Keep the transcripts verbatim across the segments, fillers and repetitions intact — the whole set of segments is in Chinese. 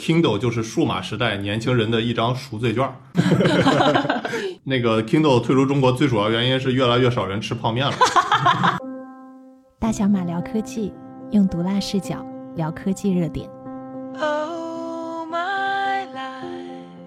Kindle 就是数码时代年轻人的一张赎罪券。那个 Kindle 退出中国最主要原因是越来越少人吃泡面了。 大小马聊科技，用毒辣视角聊科技热点。Oh, my life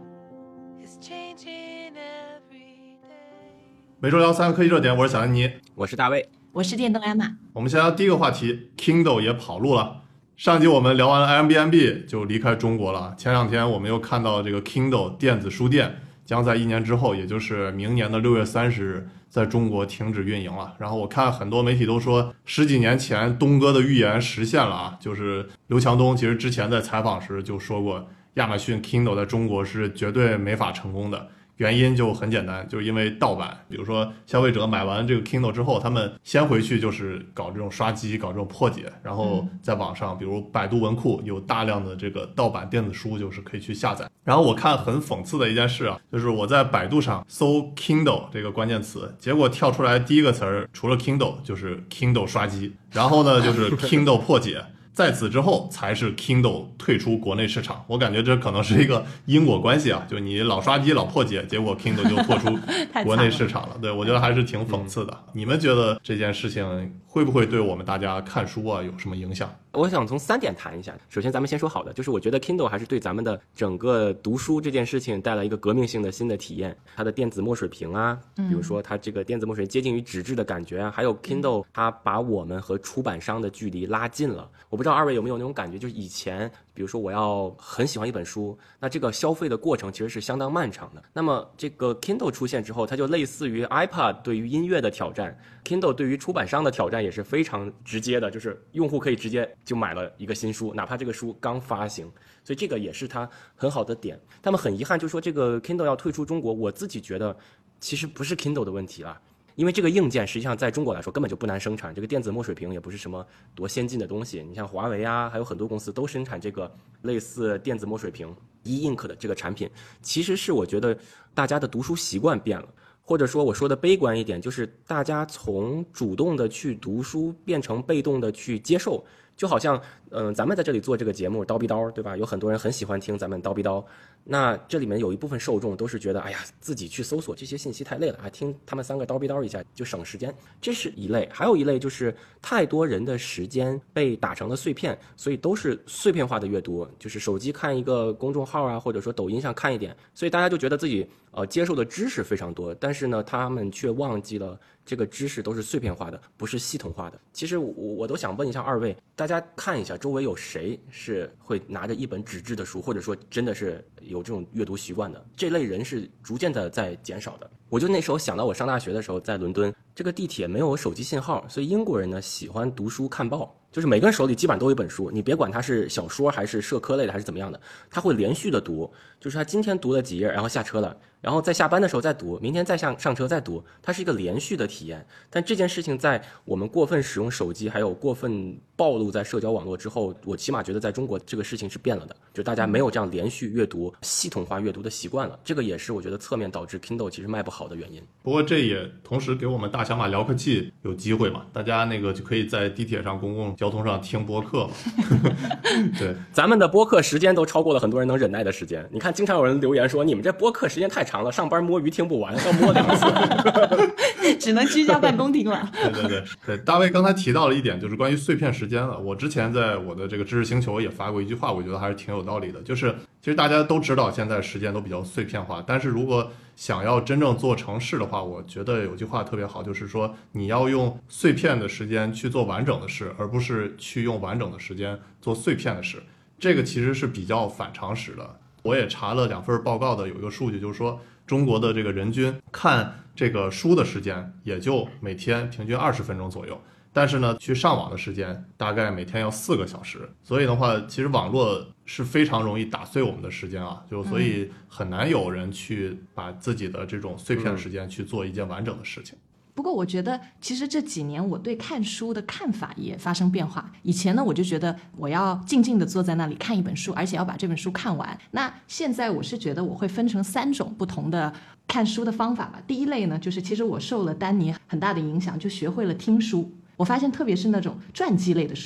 is changing every day。 每周聊三个科技热点，我是小安妮， 我是大卫， 我是电动艾玛。 我们先聊第一个话题 ，Kindle 也跑路了。上集我们聊完了 Airbnb 就离开中国了，前两天我们又看到这个 Kindle 电子书店将在一年之后，也就是明年的六月三十日，在中国停止运营了。然后我看很多媒体都说，十几年前东哥的预言实现了啊，就是刘强东其实之前在采访时就说过，亚马逊 Kindle 在中国是绝对没法成功的。原因就很简单，就是因为盗版。比如说消费者买完这个 Kindle 之后，他们先回去就是搞这种刷机，搞这种破解，然后在网上比如百度文库有大量的这个盗版电子书，就是可以去下载。然后我看很讽刺的一件事啊，就是我在百度上搜 Kindle 这个关键词，结果跳出来第一个词儿除了 Kindle 就是 Kindle 刷机，然后呢就是 Kindle 破解在此之后才是 Kindle 退出国内市场。我感觉这可能是一个因果关系啊，就你老刷机老破解，结果 Kindle 就退出国内市场了。对，我觉得还是挺讽刺的。嗯、你们觉得这件事情会不会对我们大家看书啊有什么影响？ 我想从三点谈一下。首先咱们先说好的，就是我觉得 Kindle 还是对咱们的整个读书这件事情带来一个革命性的新的体验。它的电子墨水屏啊，比如说它这个电子墨水接近于纸质的感觉啊，还有 Kindle 它把我们和出版商的距离拉近了。我不知道二位有没有那种感觉，就是以前比如说我要很喜欢一本书，那这个消费的过程其实是相当漫长的。那么这个 Kindle 出现之后，它就类似于 iPad 对于音乐的挑战， Kindle 对于出版商的挑战也是非常直接的，就是用户可以直接就买了一个新书，哪怕这个书刚发行，所以这个也是它很好的点。他们很遗憾就是说这个 Kindle 要退出中国，我自己觉得其实不是 Kindle 的问题了，因为这个硬件实际上在中国来说根本就不难生产，这个电子墨水屏也不是什么多先进的东西，你像华为啊，还有很多公司都生产这个类似电子墨水屏 e-ink 的这个产品。其实是我觉得大家的读书习惯变了，或者说我说的悲观一点，就是大家从主动的去读书变成被动的去接受。就好像嗯、呃，咱们在这里做这个节目叨逼叨，对吧？有很多人很喜欢听咱们叨逼叨，那这里面有一部分受众都是觉得哎呀自己去搜索这些信息太累了啊，听他们三个叨逼叨一下就省时间，这是一类。还有一类就是太多人的时间被打成了碎片，所以都是碎片化的阅读，就是手机看一个公众号啊，或者说抖音上看一点，所以大家就觉得自己呃接受的知识非常多，但是呢他们却忘记了这个知识都是碎片化的，不是系统化的。其实我我都想问一下二位，大家看一下周围有谁是会拿着一本纸质的书，或者说真的是有这种阅读习惯的？这类人是逐渐的在减少的。我就那时候想到我上大学的时候在伦敦，这个地铁没有手机信号，所以英国人呢喜欢读书看报，就是每个人手里基本上都有一本书，你别管它是小说还是社科类的还是怎么样的，他会连续的读，就是他今天读了几页然后下车了，然后在下班的时候再读，明天再上上车再读，它是一个连续的体验。但这件事情在我们过分使用手机还有过分暴露在社交网络之后，我起码觉得在中国这个事情是变了的，就大家没有这样连续阅读系统化阅读的习惯了，这个也是我觉得侧面导致 Kindle 其实卖不好的原因。 不过这也同时给我们大小马聊科技有机会嘛，大家那个就可以在地铁上公共交通上听播客嘛。对， 咱们的播客时间都超过了很多人能忍耐的时间，你看经常有人留言说你们这播客时间太长了，上班摸鱼听不完，要摸两次。 只能居家办公听了。 对对对对，大卫刚才提到了一点，就是关于碎片时间了。我之前在我的这个知识星球也发过一句话，我觉得还是挺有道理的，就是其实大家都知道现在时间都比较碎片化，但是如果想要真正做成事的话，我觉得有句话特别好，就是说你要用碎片的时间去做完整的事，而不是去用完整的时间做碎片的事。这个其实是比较反常识的。我也查了两份报告的有一个数据，就是说中国的这个人均看这个书的时间也就每天平均二十分钟左右，但是呢去上网的时间大概每天要四个小时。所以的话其实网络是非常容易打碎我们的时间啊，就所以很难有人去把自己的这种碎片的时间去做一件完整的事情。 不过我觉得其实这几年我对看书的看法也发生变化。以前呢我就觉得我要静静地坐在那里看一本书，而且要把这本书看完。那现在我是觉得我会分成三种不同的看书的方法吧。第一类呢，就是其实我受了丹尼很大的影响，就学会了听书。我发现特别是那种传记类的书，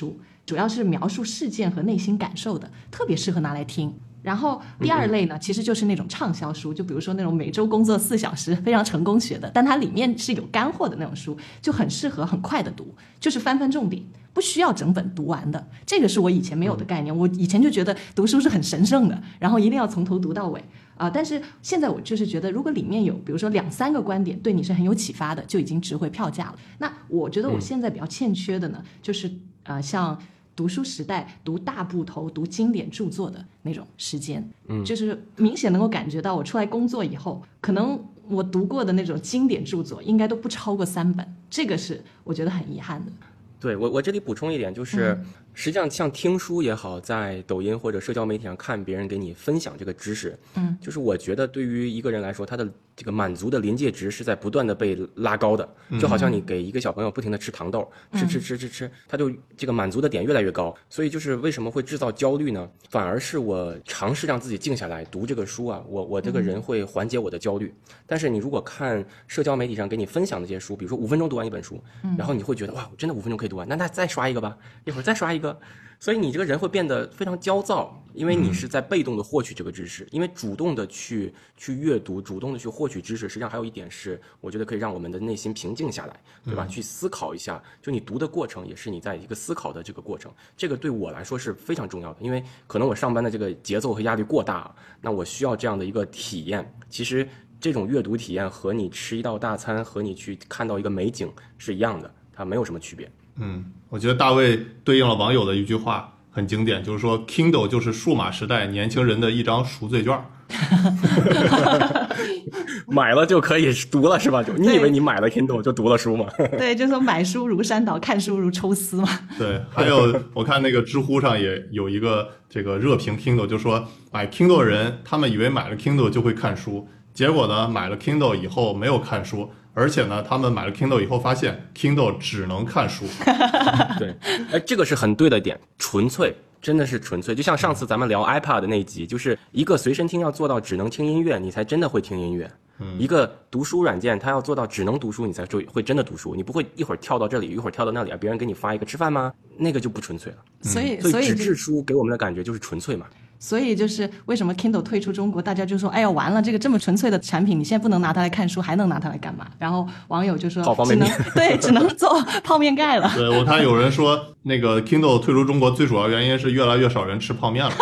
主要是描述事件和内心感受的，特别适合拿来听。然后第二类呢，其实就是那种畅销书，就比如说那种每周工作四小时非常成功学的，但它里面是有干货的那种书，就很适合很快的读，就是翻翻重点，不需要整本读完的。这个是我以前没有的概念，我以前就觉得读书是很神圣的，然后一定要从头读到尾啊、呃。但是现在我就是觉得，如果里面有比如说两三个观点对你是很有启发的，就已经值回票价了。那我觉得我现在比较欠缺的呢，就是呃像读书时代读大部头读经典著作的那种时间，嗯，就是明显能够感觉到我出来工作以后，可能我读过的那种经典著作应该都不超过三本，这个是我觉得很遗憾的。 对，我我这里补充一点，就是、嗯、实际上像听书也好，在抖音或者社交媒体上看别人给你分享这个知识，嗯，就是我觉得对于一个人来说，他的这个满足的临界值是在不断的被拉高的，就好像你给一个小朋友不停的吃糖豆，嗯、吃吃吃吃吃，他就这个满足的点越来越高。所以就是为什么会制造焦虑呢？反而是我尝试让自己静下来读这个书啊，我我这个人会缓解我的焦虑。嗯、但是你如果看社交媒体上给你分享的这些书，比如说五分钟读完一本书，嗯、然后你会觉得哇，我真的五分钟可以读完，那那再刷一个吧，一会儿再刷一个。所以你这个人会变得非常焦躁，因为你是在被动的获取这个知识，因为主动的去去阅读，主动的去获取知识，实际上还有一点是我觉得可以让我们的内心平静下来，对吧？嗯、去思考一下，就你读的过程也是你在一个思考的这个过程，这个对我来说是非常重要的，因为可能我上班的这个节奏和压力过大，那我需要这样的一个体验。其实这种阅读体验和你吃一道大餐和你去看到一个美景是一样的，它没有什么区别。 嗯，我觉得大卫对应了网友的一句话很经典，就是说 Kindle 就是数码时代年轻人的一张赎罪券。 买了就可以读了是吧？你以为你买了 Kindle 就读了书吗？ 对，就是说买书如山倒，看书如抽丝嘛。 对，还有我看那个知乎上也有一个这个热评 Kindle， 就说买 Kindle 的人他们以为买了 Kindle 就会看书，结果呢买了 Kindle 以后没有看书，而且呢他们买了 Kindle 以后发现 Kindle 只能看书。 对，哎，这个是很对的点，纯粹。真的是纯粹，就像上次咱们聊 iPad 的那一集，就是一个随身听要做到只能听音乐，你才真的会听音乐。嗯、一个读书软件，它要做到只能读书，你才会真的读书。你不会一会儿跳到这里，一会儿跳到那里啊，别人给你发一个吃饭吗？那个就不纯粹了。 所以， 所以纸质书给我们的感觉就是纯粹嘛。 所以就是为什么 Kindle 退出中国，大家就说哎呀完了，这个这么纯粹的产品你现在不能拿它来看书，还能拿它来干嘛？然后网友就说只能对只能做泡面盖了。 对，我看有人说那个 Kindle 退出中国最主要原因是越来越少人吃泡面了。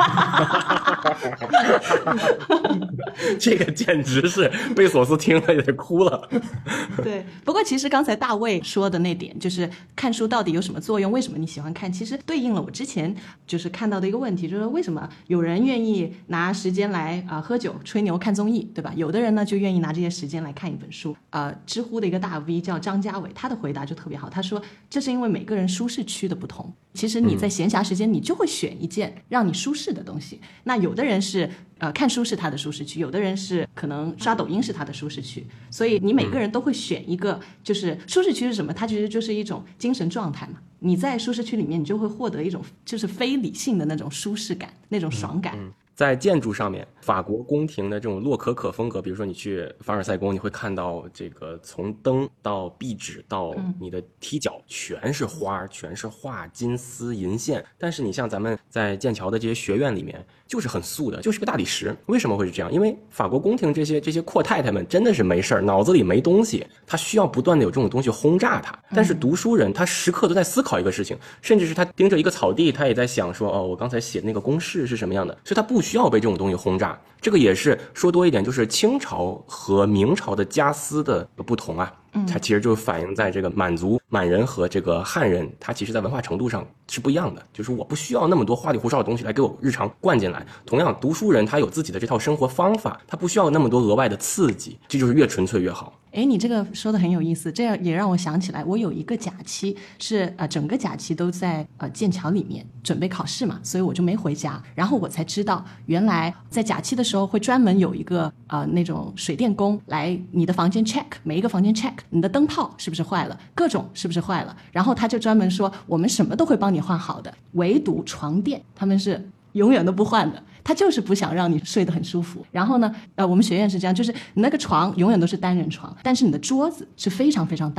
这个简直是贝索斯听了也得哭了。 对，不过其实刚才大卫说的那点，就是看书到底有什么作用，为什么你喜欢看，其实对应了我之前就是看到的一个问题，就是为什么有人愿意拿时间来啊、呃、喝酒吹牛看综艺，对吧？有的人呢就愿意拿这些时间来看一本书。呃，知乎的一个大 V 叫张家伟，他的回答就特别好，他说这是因为每个人舒适区的不同，其实你在闲暇时间你就会选一件让你舒适的东西。那有的人是呃看书是他的舒适区，有的人是可能刷抖音是他的舒适区，所以你每个人都会选一个，就是舒适区是什么？它其实就是一种精神状态嘛。你在舒适区里面，你就会获得一种就是非理性的那种舒适感，那种爽感。 嗯嗯，在建筑上面，法国宫廷的这种洛可可风格，比如说你去凡尔赛宫，你会看到这个从灯到壁纸到你的踢脚全是花，全是画金丝银线。但是你像咱们在剑桥的这些学院里面，就是很素的，就是个大理石。为什么会是这样？因为法国宫廷这些这些阔太太们真的是没事儿，脑子里没东西，他需要不断的有这种东西轰炸他。但是读书人他时刻都在思考一个事情，甚至是他盯着一个草地，他也在想说，哦，我刚才写那个公式是什么样的，所以他不需要被这种东西轰炸。这个也是说多一点，就是清朝和明朝的家私的不同啊，它其实就反映在这个满族满人和这个汉人，它其实在文化程度上是不一样的，就是我不需要那么多花里胡哨的东西来给我日常灌进来。同样读书人他有自己的这套生活方法，他不需要那么多额外的刺激，这就是越纯粹越好。 哎，你这个说的很有意思，这样也让我想起来，我有一个假期是呃整个假期都在呃剑桥里面准备考试嘛，所以我就没回家。然后我才知道，原来在假期的时候会专门有一个呃那种水电工来你的房间 check， 每一个房间 check 你的灯泡是不是坏了，各种是不是坏了，然后他就专门说我们什么都会帮你换好的，唯独床垫他们是永远都不换的。他就是不想让你睡得很舒服。然后呢呃，我们学院是这样，就是你那个床永远都是单人床，但是你的桌子是非常非常大的，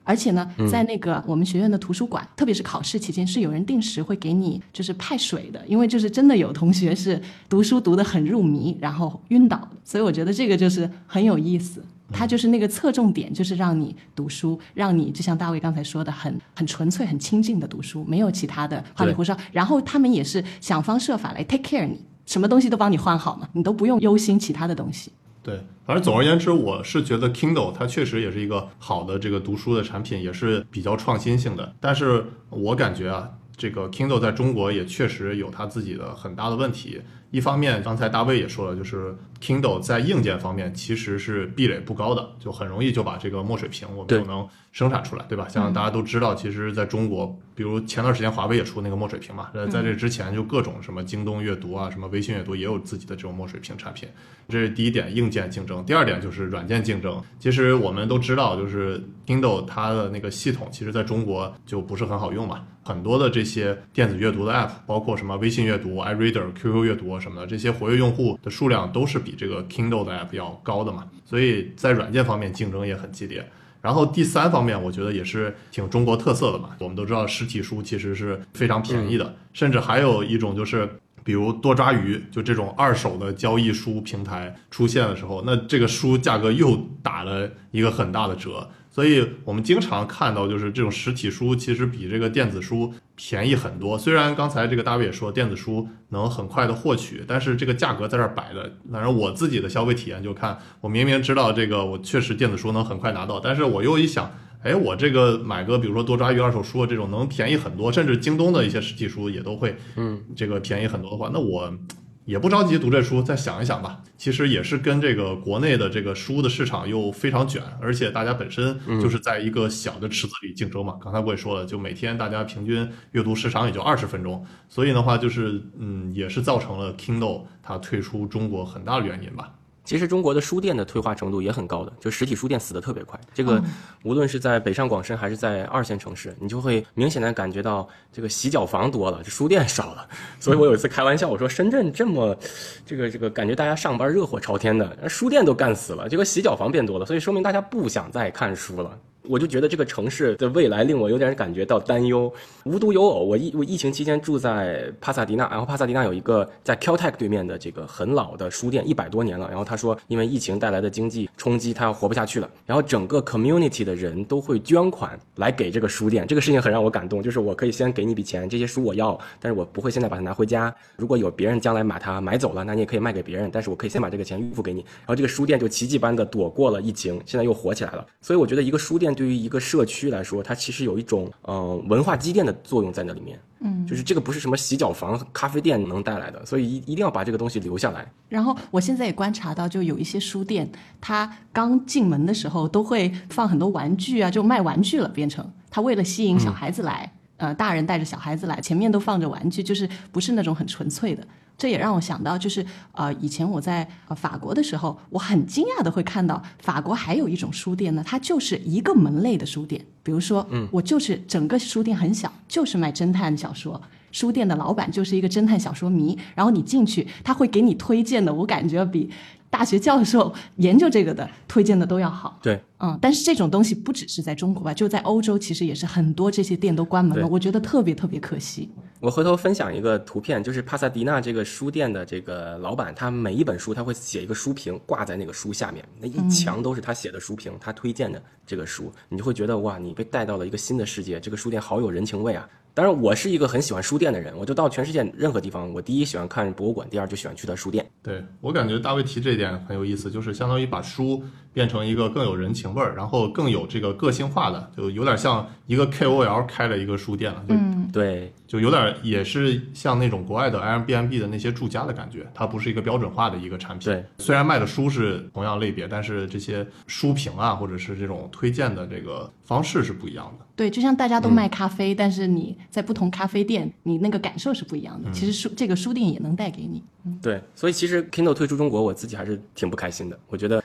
而且呢，在那个我们学院的图书馆，特别是考试期间，是有人定时会给你就是派水的，因为就是真的有同学是读书读得很入迷，然后晕倒的，所以我觉得这个就是很有意思。它就是那个侧重点，就是让你读书，让你就像大卫刚才说的，很很纯粹、很亲近的读书，没有其他的花里胡哨。然后他们也是想方设法来 take care 你，什么东西都帮你换好嘛，你都不用忧心其他的东西。 对，反正总而言之，我是觉得 Kindle 它确实也是一个好的这个读书的产品，也是比较创新性的。但是我感觉啊，这个 Kindle 在中国也确实有它自己的很大的问题。一方面，刚才大卫也说了，就是 Kindle 在硬件方面其实是壁垒不高的，就很容易就把这个墨水屏我们就能生产出来， 对, 对吧？像大家都知道，其实在中国，比如前段时间华为也出那个墨水屏嘛，在这之前就各种什么京东阅读啊，什么微信阅读也有自己的这种墨水屏产品。这是第一点，硬件竞争。第二点就是软件竞争。其实我们都知道，就是 Kindle 它的那个系统，其实在中国就不是很好用嘛。很多的这些电子阅读的 App， 包括什么微信阅读、iReader、Q Q 阅读什么的，这些活跃用户的数量都是比这个 Kindle 的 App 要高的嘛。所以在软件方面竞争也很激烈。然后第三方面，我觉得也是挺中国特色的嘛。我们都知道实体书其实是非常便宜的，甚至还有一种就是比如多抓鱼，就这种二手的交易书平台出现的时候，那这个书价格又打了一个很大的折。所以我们经常看到，就是这种实体书其实比这个电子书便宜很多。虽然刚才这个大卫也说电子书能很快的获取，但是这个价格在这儿摆着。反正我自己的消费体验就看，我明明知道这个我确实电子书能很快拿到，但是我又一想，哎，我这个买个比如说多抓鱼二手书这种能便宜很多，甚至京东的一些实体书也都会嗯这个便宜很多的话，那我也不着急读这书，再想一想吧。其实也是跟这个国内的这个书的市场又非常卷，而且大家本身就是在一个小的池子里竞争嘛。嗯、刚才我也说了，就每天大家平均阅读时长也就二十分钟，所以的话就是嗯，也是造成了 Kindle 它退出中国很大的原因吧。 其实中国的书店的退化程度也很高的，就实体书店死得特别快。这个无论是在北上广深还是在二线城市，你就会明显的感觉到这个洗脚房多了，这书店少了。所以我有一次开玩笑，我说深圳这么这个这个感觉大家上班热火朝天的，书店都干死了，这个洗脚房变多了，所以说明大家不想再看书了。我就觉得这个城市的未来令我有点感觉到担忧。无独有偶，我疫我疫情期间住在帕萨迪纳，然后帕萨迪纳有一个在 Caltech 对面的这个很老的书店，一百多年了。然后他说，因为疫情带来的经济冲击，他要活不下去了。然后整个 community 的人都会捐款来给这个书店，这个事情很让我感动。就是我可以先给你一笔钱，这些书我要，但是我不会现在把它拿回家。如果有别人将来把它买走了，那你也可以卖给别人，但是我可以先把这个钱预付给你。然后这个书店就奇迹般的躲过了疫情，现在又火起来了。所以我觉得一个书店对于一个社区来说，它其实有一种呃文化积淀的作用在那里面。嗯，就是这个不是什么洗脚房、咖啡店能带来的，所以一一定要把这个东西留下来。 然后我现在也观察到，就有一些书店，它刚进门的时候都会放很多玩具啊，就卖玩具了，变成它为了吸引小孩子来，嗯、呃，大人带着小孩子来，前面都放着玩具，就是不是那种很纯粹的。这也让我想到，就是呃，以前我在呃法国的时候，我很惊讶的会看到法国还有一种书店呢，它就是一个门类的书店。比如说，嗯，我就是整个书店很小，就是卖侦探小说。书店的老板就是一个侦探小说迷，然后你进去，他会给你推荐的，我感觉比大学教授研究这个的推荐的都要好。 对， 嗯，但是这种东西不只是在中国吧，就在欧洲，其实也是很多这些店都关门了，我觉得特别特别可惜。 我回头分享一个图片，就是帕萨迪纳这个书店的这个老板，他每一本书他会写一个书评挂在那个书下面，那一墙都是他写的书评，他推荐的这个书，你就会觉得哇，你被带到了一个新的世界，这个书店好有人情味啊。当然我是一个很喜欢书店的人，我就到全世界任何地方，我第一喜欢看博物馆，第二就喜欢去的书店。 对，我感觉大卫提这一点很有意思，就是相当于把书变成一个更有人情味儿，然后更有这个个性化的，就有点像一个 K O L 开了一个书店了。 嗯，对， 就有点也是像那种国外的 Airbnb 的那些住家的感觉，它不是一个标准化的一个产品。 对， 虽然卖的书是同样类别，但是这些书评啊，或者是这种推荐的这个方式是不一样的。 对，就像大家都卖咖啡，嗯、但是你在不同咖啡店，你那个感受是不一样的。嗯、其实书这个书店也能带给你。嗯、 对，所以其实 Kindle 退出中国，我自己还是挺不开心的。我觉得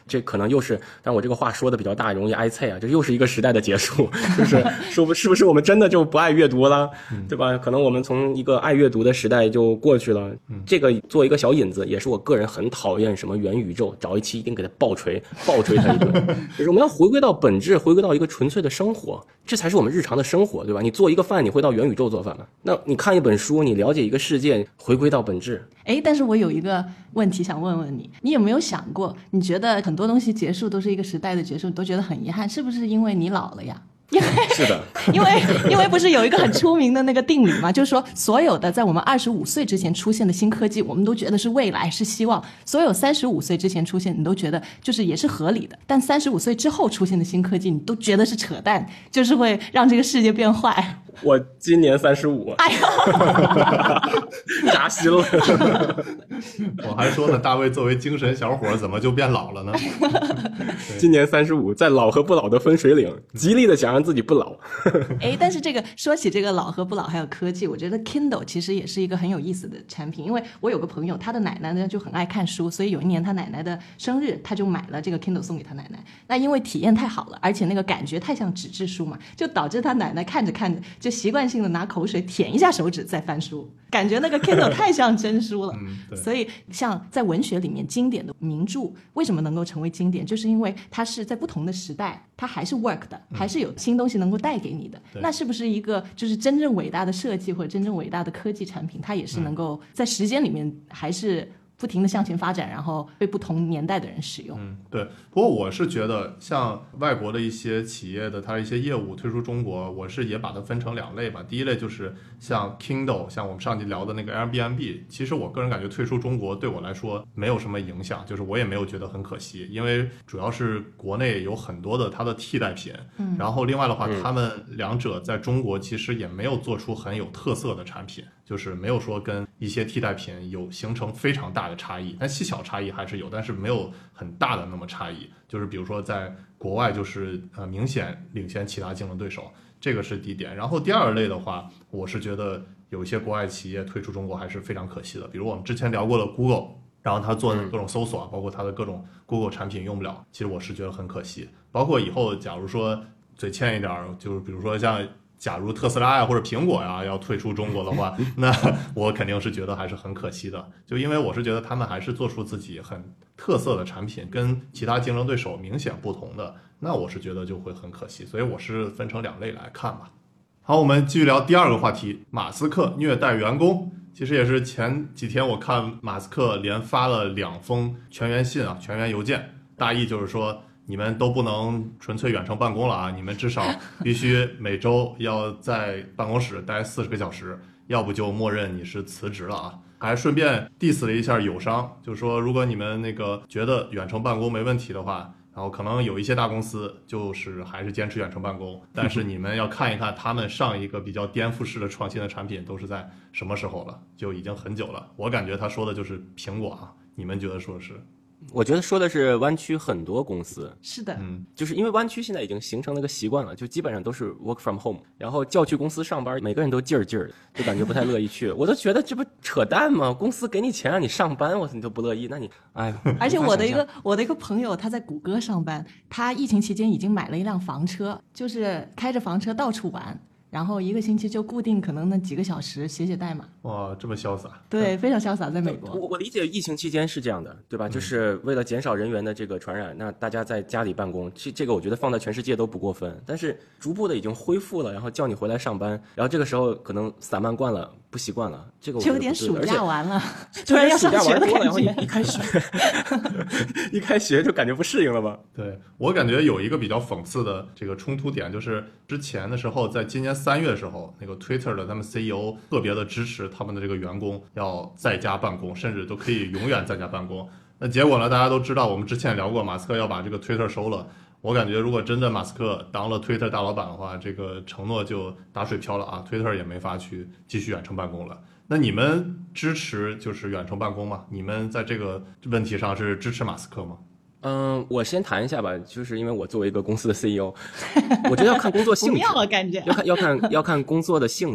这可能又是，但我这个话说的比较大，容易挨菜啊，这又是一个时代的结束，就是说不是不是我们真的就不爱阅读了，对吧？可能我们从一个爱阅读的时代就过去了。这个做一个小引子，也是我个人很讨厌什么元宇宙，找一期一定给他爆锤，爆锤他一顿。就是我们要回归到本质，回归到一个纯粹的生活，这才是我们日常的生活，对吧？你做一个饭，你会到元宇宙做饭吗？那你看一本书，你了解一个世界，回归到本质。 哎，但是我有一个问题想问问你，你有没有想过，你觉得很多东西结束都是一个时代的结束，你都觉得很遗憾，是不是因为你老了呀？因为是的， 因为因为不是有一个很出名的那个定理嘛，就是说所有的在我们二十五岁之前出现的新科技，我们都觉得是未来是希望；所有三十五岁之前出现，你都觉得就是也是合理的；但三十五岁之后出现的新科技，你都觉得是扯淡，就是会让这个世界变坏。 我今年三十五， 哎呦， 扎心了。 我还说呢，大卫作为精神小伙怎么就变老了呢？ 今年三十五，在老和不老的分水岭，极力的想让自己不老。 哎，但是这个说起这个老和不老还有科技，我觉得 Kindle 其实也是一个很有意思的产品。因为我有个朋友，他的奶奶呢就很爱看书，所以有一年他奶奶的生日，他就买了这个 Kindle 送给他奶奶。那因为体验太好了，而且那个感觉太像纸质书嘛，就导致他奶奶看着看着就习惯性的拿口水舔一下手指再翻书，感觉那个 Kindle 太像真书了。 嗯， 所以像在文学里面经典的名著为什么能够成为经典，就是因为它是在不同的时代它还是 work 的，还是有新东西能够带给你的。那是不是一个就是真正伟大的设计或者真正伟大的科技产品，它也是能够在时间里面还是不停的向前发展，然后被不同年代的人使用。 嗯，对。不过我是觉得，像外国的一些企业的它一些业务推出中国，我是也把它分成两类吧。第一类就是像 Kindle， 像我们上集聊的那个 Airbnb， 其实我个人感觉退出中国对我来说没有什么影响，就是我也没有觉得很可惜，因为主要是国内有很多的它的替代品，嗯，然后另外的话，他们两者在中国其实也没有做出很有特色的产品，就是没有说跟一些替代品有形成非常大的差异，但细小差异还是有，但是没有很大的那么差异。就是比如说在国外就是呃明显领先其他竞争对手，这个是第一点。然后第二类的话，我是觉得有一些国外企业退出中国还是非常可惜的，比如我们之前聊过的 Google， 然后他做的各种搜索，包括他的各种 Google 产品用不了，其实我是觉得很可惜。包括以后假如说嘴欠一点，就是比如说像假如特斯拉呀或者苹果呀要退出中国的话，那我肯定是觉得还是很可惜的，就因为我是觉得他们还是做出自己很特色的产品，跟其他竞争对手明显不同的，那我是觉得就会很可惜，所以我是分成两类来看吧。好，我们继续聊第二个话题，马斯克虐待员工。其实也是前几天我看马斯克连发了两封全员信啊，全员邮件，大意就是说你们都不能纯粹远程办公了啊！你们至少必须每周要在办公室待四十个小时，要不就默认你是辞职了啊！还顺便 diss 了一下友商，就说如果你们那个觉得远程办公没问题的话，然后可能有一些大公司就是还是坚持远程办公，但是你们要看一看他们上一个比较颠覆式的创新的产品都是在什么时候了，就已经很久了。我感觉他说的就是苹果啊，你们觉得说的是？ 我觉得说的是湾区很多公司， 是的， 嗯，就是因为湾区现在已经形成了个习惯了，就基本上都是 work from home， 然后叫去公司上班，每个人都劲儿劲儿的，就感觉不太乐意去。我都觉得这不扯淡吗？公司给你钱让你上班，我你都不乐意，那你哎。 而且我的一个我的一个朋友，他在谷歌上班，他疫情期间已经买了一辆房车，就是开着房车到处玩。然后一个星期就固定可能那几个小时写写代码。 哇，这么潇洒。 对，非常潇洒，在美国。 我我理解疫情期间是这样的，对吧？就是为了减少人员的这个传染，那大家在家里办公，这这个我觉得放在全世界都不过分。但是逐步的已经恢复了，然后叫你回来上班，然后这个时候可能散漫惯了，不习惯了，这个我觉得不对。 就有点暑假完了， 突然要上学的感觉，然后一一开学，一开学就感觉不适应了吧？ 对，我感觉有一个比较讽刺的这个冲突点，就是之前的时候，在今年三月的时候，那个 Twitter 的他们 C E O 特别的支持他们的这个员工要在家办公，甚至都可以永远在家办公。那结果呢，大家都知道，我们之前也聊过，马斯克要把这个 Twitter 收了。我感觉如果真的马斯克当了 Twitter 大老板的话，这个承诺就打水漂了啊 ，Twitter 也没法去继续远程办公了。那你们支持就是远程办公吗？你们在这个问题上是支持马斯克吗？ 嗯，我先谈一下吧，就是因为我作为一个公司的 C E O， 我觉得要看工作性质， 不妙啊，感觉要看要看要看工作的性质。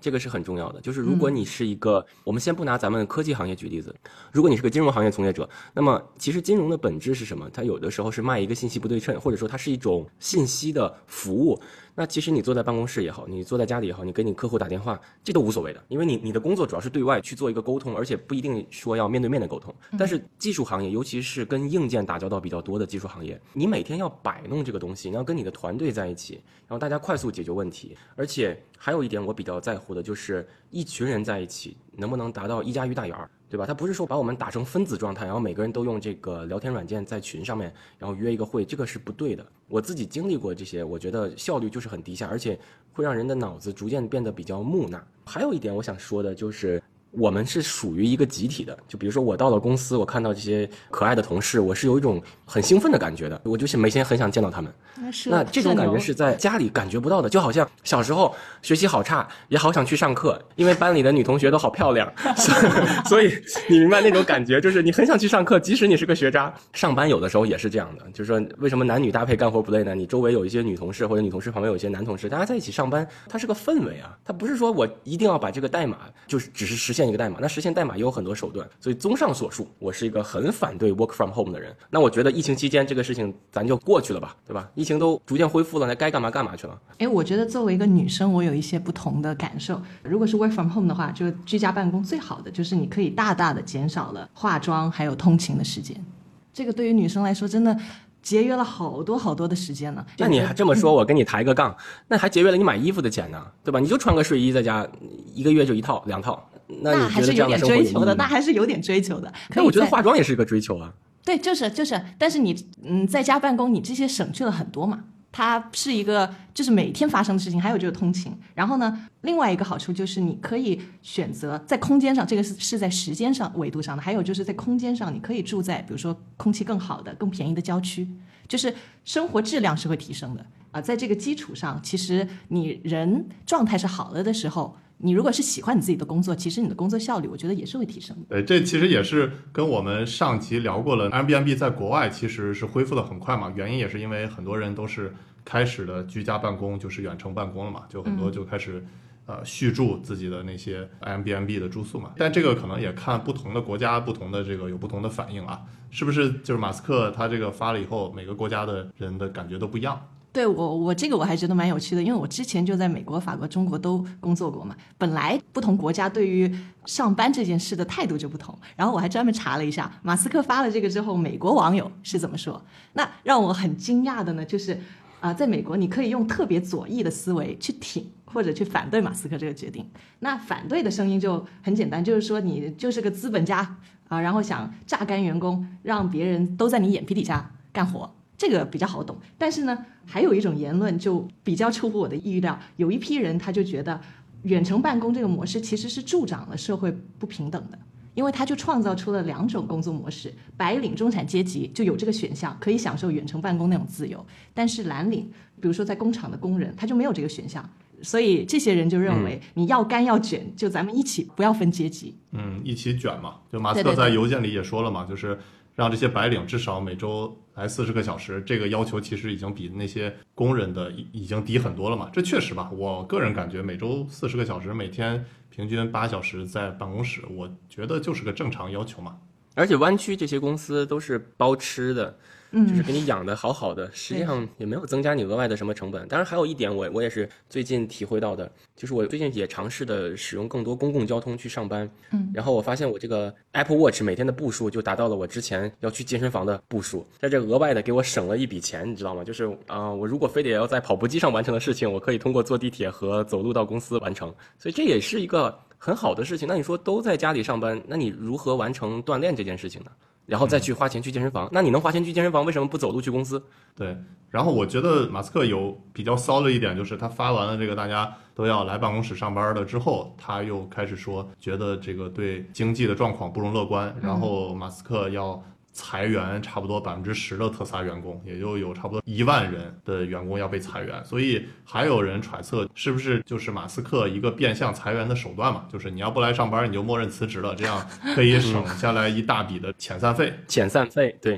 这个是很重要的。就是如果你是一个、嗯、我们先不拿咱们科技行业举例子，如果你是个金融行业从业者，那么其实金融的本质是什么？它有的时候是卖一个信息不对称，或者说它是一种信息的服务。那其实你坐在办公室也好，你坐在家里也好，你给你客户打电话，这都无所谓的，因为你你的工作主要是对外去做一个沟通，而且不一定说要面对面的沟通。但是技术行业，尤其是跟硬件打交道比较多的技术行业，你每天要摆弄这个东西，你要跟你的团队在一起，然后大家快速解决问题。而且还有一点我比较在乎的就是一群人在一起能不能达到一加一大于二，对吧？他不是说把我们打成分子状态，然后每个人都用这个聊天软件在群上面，然后约一个会，这个是不对的。我自己经历过这些，我觉得效率就是很低下，而且会让人的脑子逐渐变得比较木讷。还有一点我想说的就是我们是属于一个集体的，就比如说我到了公司，我看到这些可爱的同事，我是有一种很兴奋的感觉的，我就是每天很想见到他们。 那是那这种感觉是在家里感觉不到的，就好像小时候学习好差，也好想去上课，因为班里的女同学都好漂亮，所以你明白那种感觉，就是你很想去上课，即使你是个学渣。上班有的时候也是这样的，就是说为什么男女搭配干活不累呢？你周围有一些女同事，或者女同事旁边有一些男同事，大家在一起上班，它是个氛围啊，它不是说我一定要把这个代码就是只是实现一个代码，那实现代码也有很多手段。所以综上所述，我是一个很反对 work from home 的人。那我觉得疫情期间这个事情咱就过去了吧，对吧？疫情都逐渐恢复了，那该干嘛干嘛去了。 哎，我觉得作为一个女生，我有一些不同的感受。如果是 work from home 的话，就居家办公最好的就是你可以大大的减少了化妆还有通勤的时间。这个对于女生来说真的节约了好多好多的时间呢。 那你还这么说，我跟你抬个杠，那还节约了你买衣服的钱呢，对吧？你就穿个睡衣在家，一个月就一套两套，那你觉得这样的生活有意义吗？ 那还是有点追求的，那还是有点追求的。 那我觉得化妆也是一个追求啊。 对，就是就是，但是你嗯在家办公，你这些省去了很多嘛。它是一个就是每天发生的事情，还有就是通勤。然后呢，另外一个好处就是你可以选择在空间上，这个是是在时间上维度上的，还有就是在空间上，你可以住在比如说空气更好的、更便宜的郊区，就是生活质量是会提升的啊、呃。在这个基础上，其实你人状态是好了的时候，你如果是喜欢你自己的工作，其实你的工作效率我觉得也是会提升的。 对，这其实也是跟我们上集聊过了 Airbnb 在国外其实是恢复的很快嘛，原因也是因为很多人都是开始的居家办公就是远程办公了嘛，就很多就开始、嗯、呃续住自己的那些 Airbnb 的住宿嘛。但这个可能也看不同的国家不同的这个有不同的反应啊，是不是就是马斯克他这个发了以后每个国家的人的感觉都不一样。 对，我我这个我还觉得蛮有趣的，因为我之前就在美国、法国、中国都工作过嘛。本来不同国家对于上班这件事的态度就不同，然后我还专门查了一下，马斯克发了这个之后，美国网友是怎么说。那让我很惊讶的呢，就是啊、呃，在美国你可以用特别左翼的思维去挺或者去反对马斯克这个决定。那反对的声音就很简单，就是说你就是个资本家啊、呃，然后想榨干员工，让别人都在你眼皮底下干活。这个比较好懂，但是呢，还有一种言论就比较出乎我的意料，有一批人他就觉得远程办公这个模式其实是助长了社会不平等的，因为他就创造出了两种工作模式，白领中产阶级就有这个选项，可以享受远程办公那种自由，但是蓝领，比如说在工厂的工人，他就没有这个选项，所以这些人就认为你要干要卷，就咱们一起不要分阶级， 嗯，一起卷嘛。就马斯克在邮件里也说了嘛，对对对，就是让这些白领至少每周来四十个小时，这个要求其实已经比那些工人的已经低很多了嘛。这确实吧，我个人感觉每周四十个小时，每天平均八小时在办公室，我觉得就是个正常要求嘛。 而且湾区这些公司都是包吃的，就是给你养的好好的，实际上也没有增加你额外的什么成本。当然还有一点我我也是最近体会到的，就是我最近也尝试的使用更多公共交通去上班，嗯，然后我发现我这个 Apple Watch 每天的步数就达到了我之前要去健身房的步数，在这额外的给我省了一笔钱，你知道吗？就是啊、呃，我如果非得要在跑步机上完成的事情，我可以通过坐地铁和走路到公司完成，所以这也是一个很好的事情。那你说都在家里上班，那你如何完成锻炼这件事情呢？然后再去花钱去健身房、嗯、那你能花钱去健身房，为什么不走路去公司？ 对，然后我觉得马斯克有比较骚的一点，就是他发完了这个大家都要来办公室上班了之后，他又开始说觉得这个对经济的状况不容乐观，然后马斯克要裁员差不多百分之十的特斯拉员工，也就有差不多一万人的员工要被裁员，所以还有人揣测是不是就是马斯克一个变相裁员的手段嘛，就是你要不来上班你就默认辞职了，这样可以省下来一大笔的遣散费。 遣散费，对对。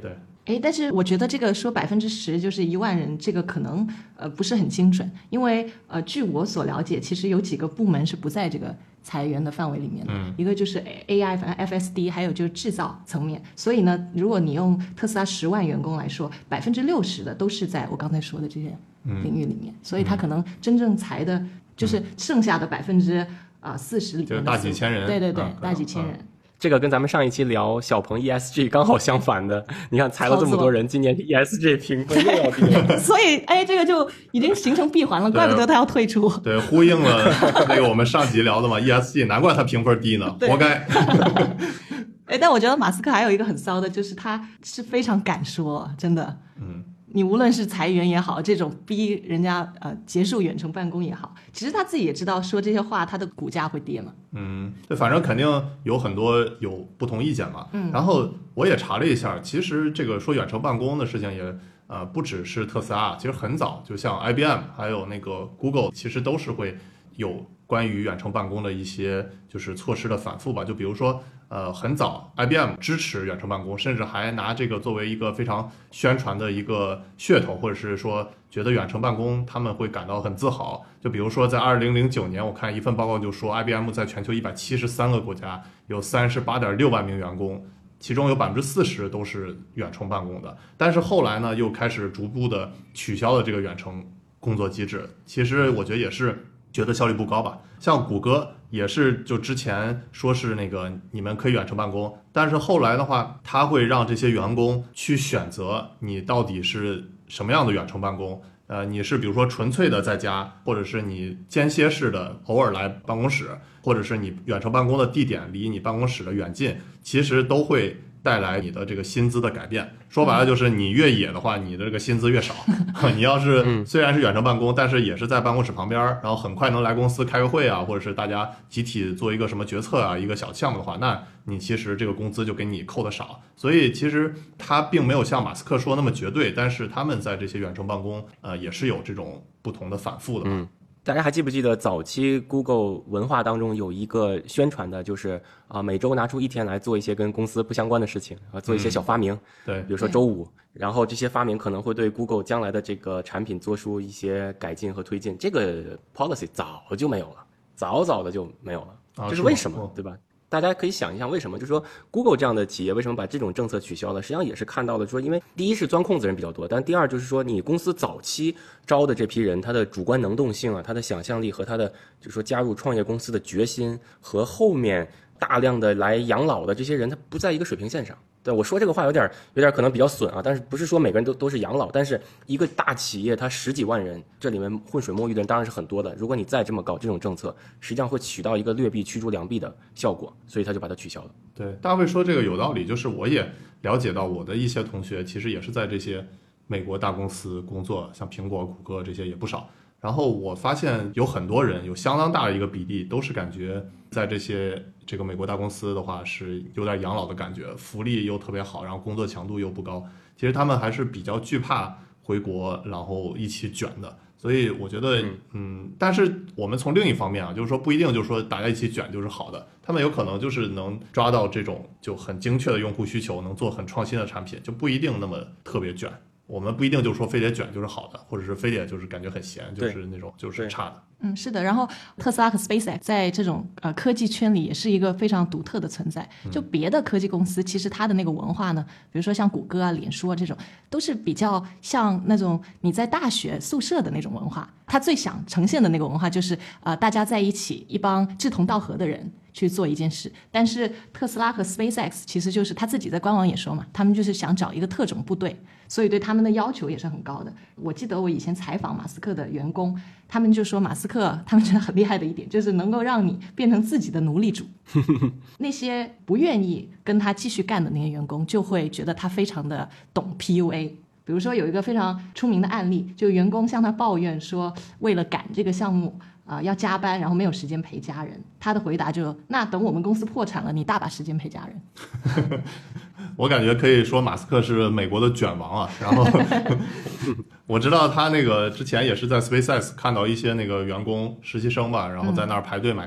哎，但是我觉得这个说百分之十就是一万人，这个可能呃不是很精准，因为呃据我所了解，其实有几个部门是不在这个裁员的范围里面的， 嗯、 一个就是 A I、F S D， 还有就是制造层面。所以呢，如果你用特斯拉十万员工来说，百分之六十的都是在我刚才说的这些领域里面，嗯、所以他可能真正裁的就是剩下的百分之啊四十里面的， 就是大几千人， 对对对， 嗯、 大几千人。 嗯这个跟咱们上一期聊小鹏 E S G 刚好相反的，你看裁了这么多人，今年 E S G 评分又要低了。 所以，哎，这个就已经形成闭环了，怪不得他要退出。 对，呼应了那个我们上集聊的嘛 ，E S G 难怪他评分低呢，活该。 哎，但我觉得马斯克还有一个很骚的，就是他是非常敢说，真的。 嗯。 你无论是裁员也好，这种逼人家呃结束远程办公也好，其实他自己也知道说这些话，他的股价会跌嘛。 嗯，对，反正肯定有很多有不同意见嘛。嗯，然后我也查了一下，其实这个说远程办公的事情也呃不只是特斯拉，其实很早就像 I B M 还有那个 Google， 其实都是会有关于远程办公的一些就是措施的反复吧。就比如说呃，很早 I B M 支持远程办公，甚至还拿这个作为一个非常宣传的一个噱头，或者是说觉得远程办公他们会感到很自豪。就比如说在二零零九年，我看一份报告就说 I B M 在全球一百七十三个国家有三十八点六万名员工，其中有百分之四十都是远程办公的。但是后来呢，又开始逐步的取消了这个远程工作机制。其实我觉得也是觉得效率不高吧。像谷歌也是，就之前说是那个你们可以远程办公，但是后来的话，他会让这些员工去选择你到底是什么样的远程办公。呃，你是比如说纯粹的在家，或者是你间歇式的偶尔来办公室，或者是你远程办公的地点离你办公室的远近，其实都会带来你的这个薪资的改变。说白了就是你越野的话，你的这个薪资越少。你要是虽然是远程办公，但是也是在办公室旁边，然后很快能来公司开个会啊，或者是大家集体做一个什么决策啊，一个小项目的话，那你其实这个工资就给你扣的少。所以其实他并没有像马斯克说那么绝对，但是他们在这些远程办公呃也是有这种不同的反复的。 嗯，大家还记不记得早期 Google 文化当中有一个宣传的，就是啊、呃、每周拿出一天来做一些跟公司不相关的事情啊，做一些小发明。 嗯、对， 比如说周五，然后这些发明可能会对 Google 将来的这个产品做出一些改进和推进。这个 policy 早就没有了，早早的就没有了。 啊、 这是为什么？ 哦、 对吧？大家可以想一想为什么，就是说 Google 这样的企业为什么把这种政策取消了？实际上也是看到了说，因为第一是钻空子人比较多，但第二就是说你公司早期招的这批人，他的主观能动性啊，他的想象力和他的就是说加入创业公司的决心，和后面大量的来养老的这些人，他不在一个水平线上。对，我说这个话有点有点可能比较损啊，但是不是说每个人都都是养老，但是一个大企业它十几万人，这里面混水摸鱼的人当然是很多的。如果你再这么搞这种政策，实际上会起到一个劣币驱逐良币的效果，所以他就把它取消了。 对，大卫说这个有道理，就是我也了解到我的一些同学其实也是在这些美国大公司工作，像苹果、谷歌这些也不少。然后我发现有很多人，有相当大的一个比例都是感觉在这些这个美国大公司的话是有点养老的感觉，福利又特别好，然后工作强度又不高，其实他们还是比较惧怕回国然后一起卷的。所以我觉得嗯，但是我们从另一方面啊，就是说不一定就是说大家一起卷就是好的，他们有可能就是能抓到这种就很精确的用户需求，能做很创新的产品，就不一定那么特别卷。我们不一定就是说非得卷就是好的，或者是非得就是感觉很闲就是那种就是差的。 嗯，是的。然后特斯拉和 SpaceX 在这种呃科技圈里也是一个非常独特的存在。就别的科技公司，其实它的那个文化呢，比如说像谷歌啊、脸书啊这种，都是比较像那种你在大学宿舍的那种文化。它最想呈现的那个文化就是呃大家在一起，一帮志同道合的人去做一件事。但是特斯拉和 SpaceX 其实就是他自己在官网也说嘛，他们就是想找一个特种部队，所以对他们的要求也是很高的。我记得我以前采访马斯克的员工，他们就说马斯克他们觉得很厉害的一点就是能够让你变成自己的奴隶主。那些不愿意跟他继续干的那些员工就会觉得他非常的懂 P U A。比如说有一个非常出名的案例，就员工向他抱怨说为了赶这个项目啊、呃，要加班，然后没有时间陪家人。他的回答就那等我们公司破产了，你大把时间陪家人。 我感觉可以说马斯克是美国的卷王啊。然后我知道他那个之前也是在 SpaceX 看到一些那个员工实习生吧，然后在那儿排队买咖啡，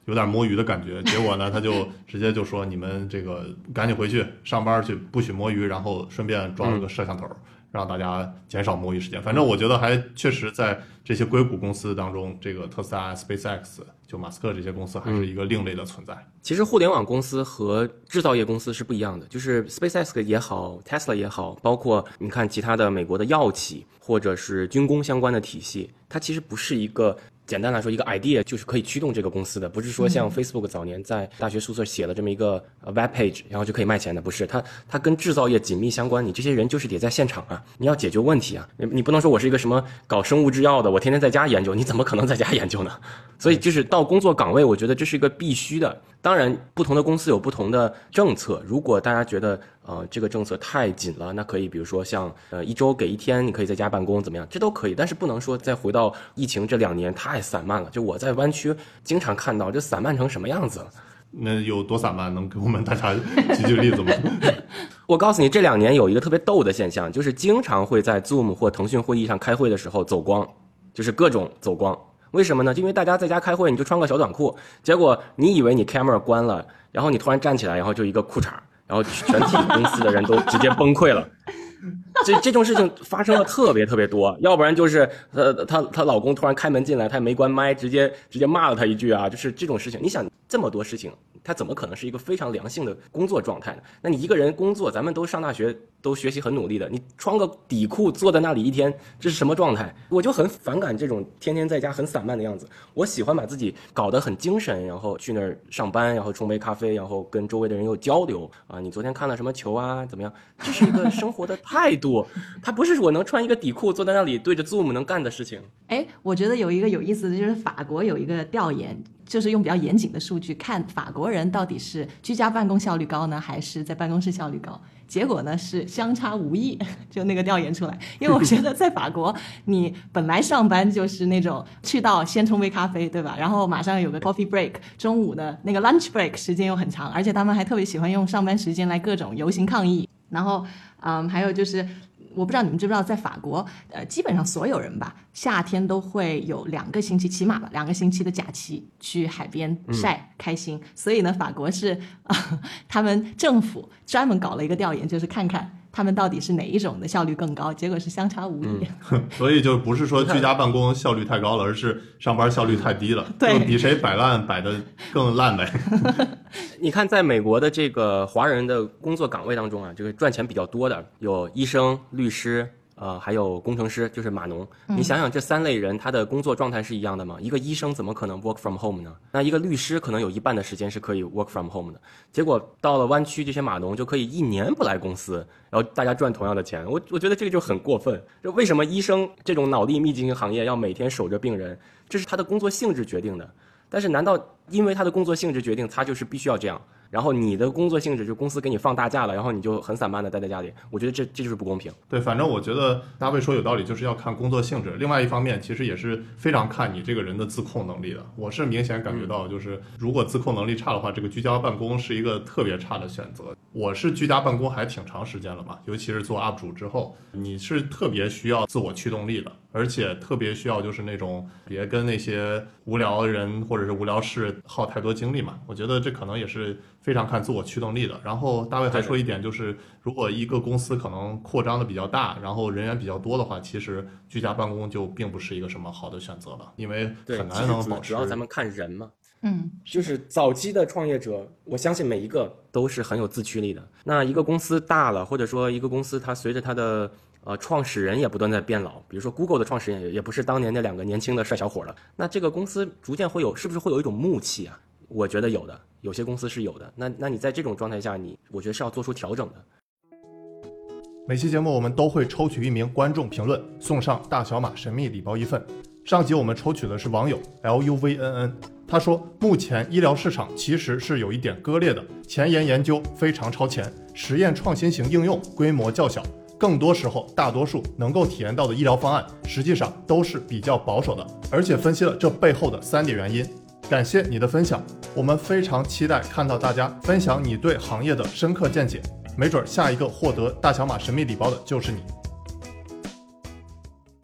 有点摸鱼的感觉。结果呢，他就直接就说你们这个赶紧回去上班去，不许摸鱼，然后顺便装了个摄像头。嗯，让大家减少摸鱼时间。反正我觉得还确实在这些硅谷公司当中，这个特斯拉、SpaceX 就马斯克这些公司还是一个另类的存在。嗯， 其实互联网公司和制造业公司是不一样的，就是 SpaceX 也好 Tesla 也好，包括你看其他的美国的药企或者是军工相关的体系，它其实不是一个简单来说一个 idea 就是可以驱动这个公司的，不是说像 Facebook 早年在大学宿舍写了这么一个 web page 然后就可以卖钱的，不是，它它跟制造业紧密相关，你这些人就是得在现场啊，你要解决问题啊，你你不能说我是一个什么搞生物制药的，我天天在家研究，你怎么可能在家研究呢？所以就是到工作岗位，我觉得这是一个必须的。当然不同的公司有不同的政策，如果大家觉得呃这个政策太紧了，那可以比如说像呃一周给一天你可以在家办公怎么样，这都可以，但是不能说再回到疫情这两年太散漫了，就我在湾区经常看到这散漫成什么样子了。 那有多散漫？能给我们大家举举例子吗？ 我告诉你，这两年有一个特别逗的现象，就是经常会在 Zoom 或腾讯会议上开会的时候走光，就是各种走光。为什么呢？因为大家在家开会，你就穿个小短裤，结果你以为你 camera 关了，然后你突然站起来，然后就一个裤衩，然后全体公司的人都直接崩溃了。这这种事情发生了特别特别多，要不然就是呃她她老公突然开门进来，她没关麦，直接直接骂了她一句啊，就是这种事情。你想这么多事情，她怎么可能是一个非常良性的工作状态呢？那你一个人工作，咱们都上大学，都学习很努力的，你穿个底裤坐在那里一天，这是什么状态？我就很反感这种天天在家很散漫的样子。我喜欢把自己搞得很精神，然后去那儿上班，然后冲杯咖啡，然后跟周围的人有交流啊。你昨天看了什么球啊？怎么样？这是一个生活的态度，它不是我能穿一个底裤坐在那里对着 Zoom 能干的事情。 哎，我觉得有一个有意思的就是法国有一个调研，就是用比较严谨的数据看法国人到底是居家办公效率高呢，还是在办公室效率高。结果呢是相差无异，就那个调研出来。因为我觉得在法国，你本来上班就是那种去到先冲杯咖啡，对吧？然后马上有个 coffee break， 中午的那个 lunch break 时间又很长，而且他们还特别喜欢用上班时间来各种游行抗议。然后，嗯，还有就是。我不知道你们知不知道，在法国，呃，基本上所有人吧，夏天都会有两个星期，起码吧，两个星期的假期去海边晒、嗯、开心。所以呢，法国是、呃、他们政府专门搞了一个调研，就是看看他们到底是哪一种的效率更高，结果是相差无异。 嗯、所以就不是说居家办公效率太高了，而是上班效率太低了， 对， 就比谁摆烂摆得更烂呗。 你看，在美国的这个华人的工作岗位当中啊，这个赚钱比较多的有医生、律师，呃，还有工程师，就是码农。你想想，这三类人他的工作状态是一样的吗？一个医生怎么可能 work from home 呢？那一个律师可能有一半的时间是可以 work from home 的。结果到了湾区，这些码农就可以一年不来公司，然后大家赚同样的钱。我我觉得这个就很过分。就为什么医生这种脑力密集型行业要每天守着病人？这是他的工作性质决定的。但是难道因为他的工作性质决定他就是必须要这样，然后你的工作性质就公司给你放大假了，然后你就很散漫的待在家里？我觉得这这就是不公平。 对，反正我觉得大卫说有道理，就是要看工作性质。另外一方面其实也是非常看你这个人的自控能力的。我是明显感觉到，就是如果自控能力差的话，这个居家办公是一个特别差的选择。我是居家办公还挺长时间了嘛，尤其是做 U P 主之后，你是特别需要自我驱动力的，而且特别需要就是那种别跟那些无聊人或者是无聊事耗太多精力嘛。我觉得这可能也是非常看自我驱动力的。然后大卫还说一点，就是如果一个公司可能扩张的比较大，然后人员比较多的话，其实居家办公就并不是一个什么好的选择了，因为很难能保持。 主要咱们看人嘛。 嗯， 就是早期的创业者，我相信每一个都是很有自驱力的。那一个公司大了，或者说一个公司它随着它的呃创始人也不断在变老，比如说 Google 的创始人也也不是当年那两个年轻的帅小伙了，那这个公司逐渐会有，是不是会有一种木气啊？我觉得有的，有些公司是有的。那那你在这种状态下，你我觉得是要做出调整的。 每期节目我们都会抽取一名观众评论，送上大小马神秘礼包一份。上集我们抽取的是网友 L U V N N， 他说目前医疗市场其实是有一点割裂的，前沿研究非常超前，实验创新型应用规模较小，更多时候大多数能够体验到的医疗方案实际上都是比较保守的，而且分析了这背后的三点原因。感谢你的分享，我们非常期待看到大家分享你对行业的深刻见解，没准下一个获得大小马神秘礼包的就是你。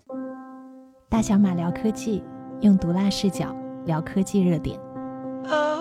大小马聊科技，用毒辣视角聊科技热点。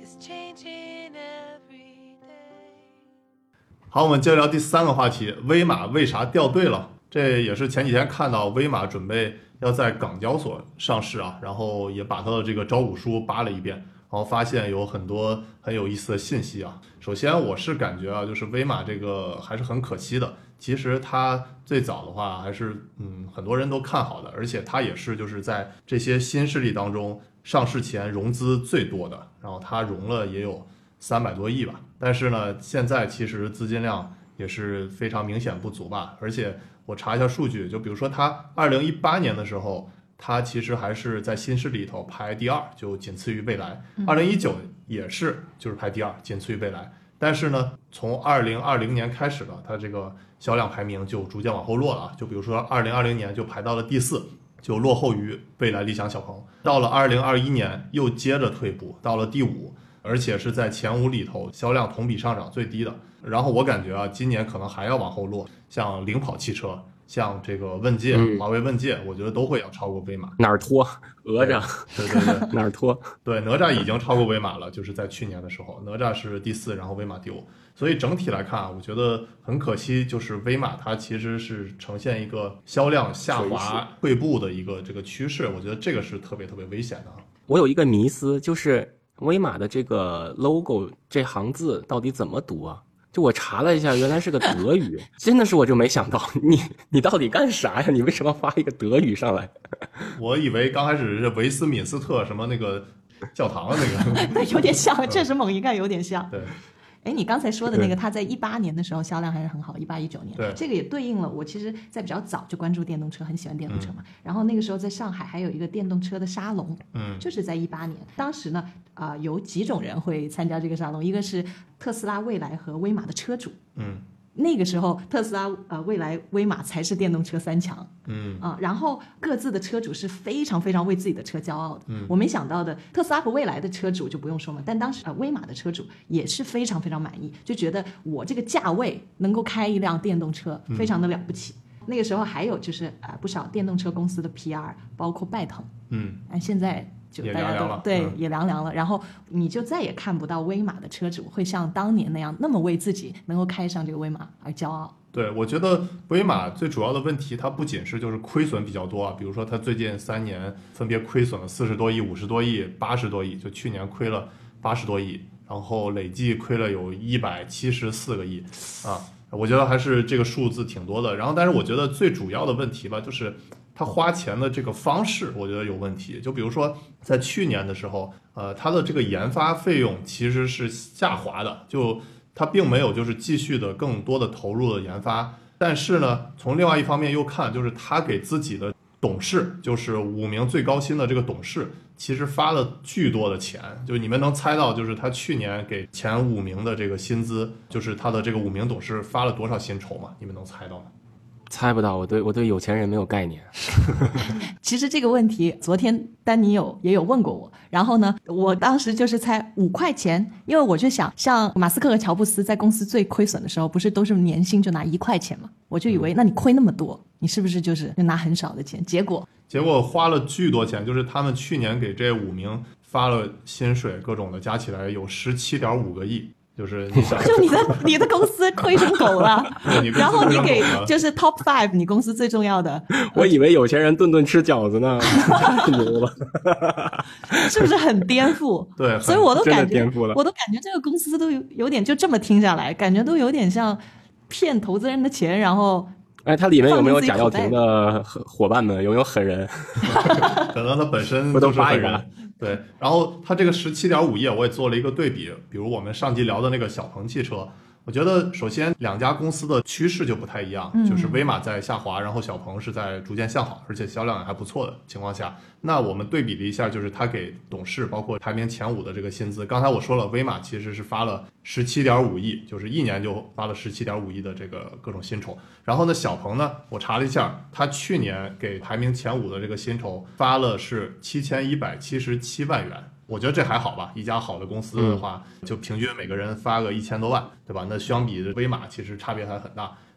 好，我们接着聊第三个话题，威马为啥掉队了？这也是前几天看到威马准备要在港交所上市啊，然后也把它的这个招股书扒了一遍，然后发现有很多很有意思的信息啊。首先我是感觉啊，就是威马这个还是很可惜的。其实它最早的话还是嗯很多人都看好的，而且它也是就是在这些新势力当中上市前融资最多的，然后它融了也有三百多亿吧。但是呢，现在其实资金量也是非常明显不足吧，而且我查一下数据，就比如说它二零一八年的时候，它其实还是在新势力里头排第二，就仅次于蔚来。二零一九也是就是排第二，仅次于蔚来。但是呢，从二零二零年开始了，它这个销量排名就逐渐往后落了。就比如说二零二零年就排到了第四，就落后于蔚来、理想、小鹏。到了二零二一年又接着退步，到了第五。而且是在前五里头销量同比上涨最低的。然后我感觉啊，今年可能还要往后落，像领跑汽车，像这个问界、嗯、华为问界，我觉得都会要超过威马。 哪儿拖？哪吒？ 对对对， 哪儿拖？ 对，哪吒已经超过威马了，就是在去年的时候，哪吒是第四，然后威马第五。所以整体来看啊，我觉得很可惜，就是威马它其实是呈现一个销量下滑、退步的一个这个趋势，我觉得这个是特别特别危险的。 我有一个迷思，就是威马的这个 logo 这行字到底怎么读啊？就我查了一下，原来是个德语，真的是我就没想到，你你到底干啥呀？你为什么发一个德语上来？ 我以为刚开始是维斯敏斯特什么那个教堂的那个，对，有点像，确实猛一看有点像。 对。 哎，你刚才说的那个，它在一八年的时候销量还是很好，一八一九年， 对， 这个也对应了我其实在比较早就关注电动车，很喜欢电动车嘛。嗯、然后那个时候在上海还有一个电动车的沙龙， 嗯， 就是在一八年。当时呢，啊、呃，有几种人会参加这个沙龙，一个是特斯拉、蔚来和威马的车主， 嗯。 那个时候，特斯拉、呃、蔚来、威马才是电动车三强， 嗯啊，然后各自的车主是非常非常为自己的车骄傲的。 嗯， 我没想到的，特斯拉和蔚来的车主就不用说嘛，但当时呃威马的车主也是非常非常满意，就觉得我这个价位能够开一辆电动车，非常的了不起。嗯、那个时候还有就是呃不少电动车公司的 P R， 包括拜腾， 嗯， 但现在。就大家都也凉凉了， 对、 嗯， 也凉凉了。然后你就再也看不到威马的车主会像当年那样那么为自己能够开上这个威马而骄傲。 对，我觉得威马最主要的问题，它不仅是就是亏损比较多啊，比如说它最近三年分别亏损了四十多亿、五十多亿、八十多亿，就去年亏了八十多亿，然后累计亏了有一百七十四个亿啊，我觉得还是这个数字挺多的。然后，但是我觉得最主要的问题吧，就是他花钱的这个方式，我觉得有问题。就比如说，在去年的时候，呃，他的这个研发费用其实是下滑的，就他并没有就是继续的更多的投入了研发。但是呢，从另外一方面又看，就是他给自己的董事，就是五名最高薪的这个董事，其实发了巨多的钱。就你们能猜到，就是他去年给前五名的这个薪资，就是他的这个五名董事发了多少薪酬吗？你们能猜到吗？ 猜不到，我对我对有钱人没有概念。 其实这个问题昨天丹尼有也有问过我，然后呢，我当时就是猜五块钱，因为我就想，像马斯克和乔布斯在公司最亏损的时候，不是都是年薪就拿一块钱嘛？我就以为，那你亏那么多，你是不是就是拿很少的钱？结果结果花了巨多钱，就是他们去年给这五名发了薪水，各种的加起来有十七点五个亿。就是你想， 就你的你的公司亏成狗了，然后你给就是 top five 你公司最重要的， 我以为有钱人顿顿吃饺子呢，太牛了， 是不是很颠覆？ 对， 所以我都感觉颠覆了， 我都感觉这个公司都有有点就这么听下来，感觉都有点像骗投资人的钱，然后。 哎，它里面有没有贾跃亭的伙伴们？有没有狠人？ 可能他本身就是狠人。对，然后他这个十七点五亿，我也做了一个对比，比如我们上集聊的那个小鹏汽车。我觉得首先两家公司的趋势就不太一样， 嗯、 就是威马在下滑，然后小鹏是在逐渐向好，而且销量也还不错的情况下，那我们对比了一下，就是他给董事包括排名前五的这个薪资。刚才我说了，威马其实是发了十七点五亿，就是一年就发了十七点五亿的这个各种薪酬。然后呢，小鹏呢，我查了一下，他去年给排名前五的这个薪酬发了是七千一百七十七万元。我觉得这还好吧，一家好的公司的话，就平均每个人发个一千多万，对吧？那相比威马其实差别还很大。